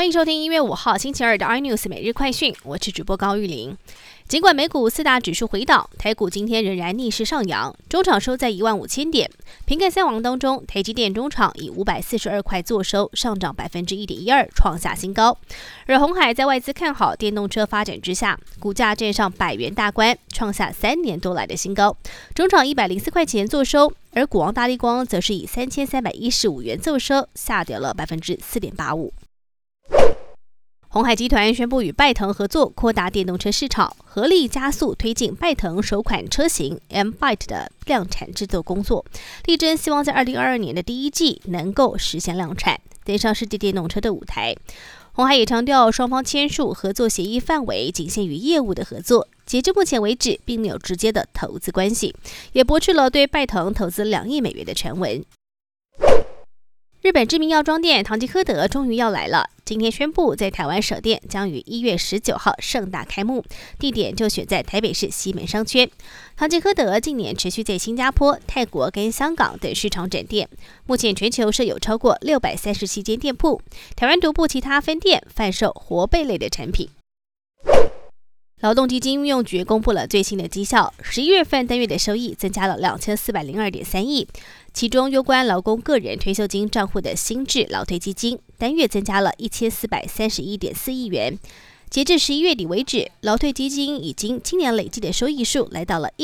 欢迎收听1月5号星期二的 iNews 每日快讯，我是主播高玉玲。尽管美股四大指数回档，台股今天仍然逆势上扬，中场收在15000点。瓶盖三王当中，台积电中场以542块作收，上涨 1.12%， 创下新高。而鸿海在外资看好电动车发展之下，股价站上100元大关，创下3年多来的新高，中场104块钱作收。而股王大立光则是以3315元作收，下跌了 4.85%。鸿海集团宣布与拜腾合作，扩大电动车市场，合力加速推进拜腾首款车型 M-Byte 的量产制作工作，力争希望在2022年的第一季能够实现量产，登上世界电动车的舞台。鸿海也强调，双方签署合作协议范围仅限于业务的合作，截至目前为止，并没有直接的投资关系，也驳斥了对拜腾投资2亿美元的传闻。日本知名药妆店唐吉诃德终于要来了，今天宣布在台湾首店将于1月19号盛大开幕，地点就选在台北市西门商圈。唐吉诃德近年持续在新加坡、泰国跟香港等市场展店，目前全球设有超过637间店铺，台湾独步其他分店贩售活贝类的产品。劳动基金运用局公布了最新的绩效，11月份单月的收益增加了2402.3亿，其中攸关劳工个人退休金账户的新制劳退基金单月增加了1431.4亿元。截至11月底为止，劳退基金已经今年累计的收益数来到了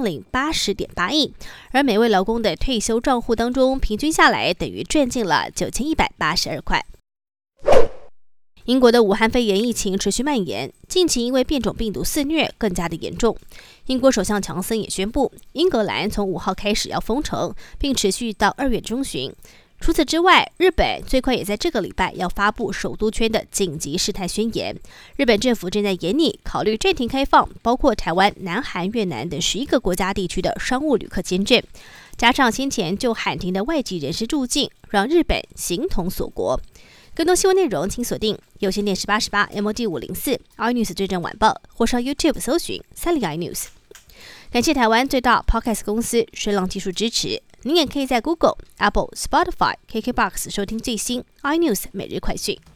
1080.8亿，而每位劳工的退休账户当中，平均下来等于赚进了9182块。英国的武汉肺炎疫情持续蔓延，近期因为变种病毒肆虐更加的严重。英国首相强森也宣布，英格兰从5号开始要封城，并持续到2月中旬。除此之外，日本最快也在这个礼拜要发布首都圈的紧急事态宣言。日本政府正在研拟考虑暂停开放包括台湾、南韩、越南等11个国家地区的商务旅客签证，加上先前就喊停的外籍人士入境，让日本形同锁国。更多新闻内容请锁定有线电视88 MOD 504 iNews 最正晚报，或上 YouTube 搜寻3立 iNews。感谢台湾最大 Podcast 公司水浪技术支持。您也可以在 Google、Apple、Spotify、KKBOX 收听最新 iNews 每日快讯。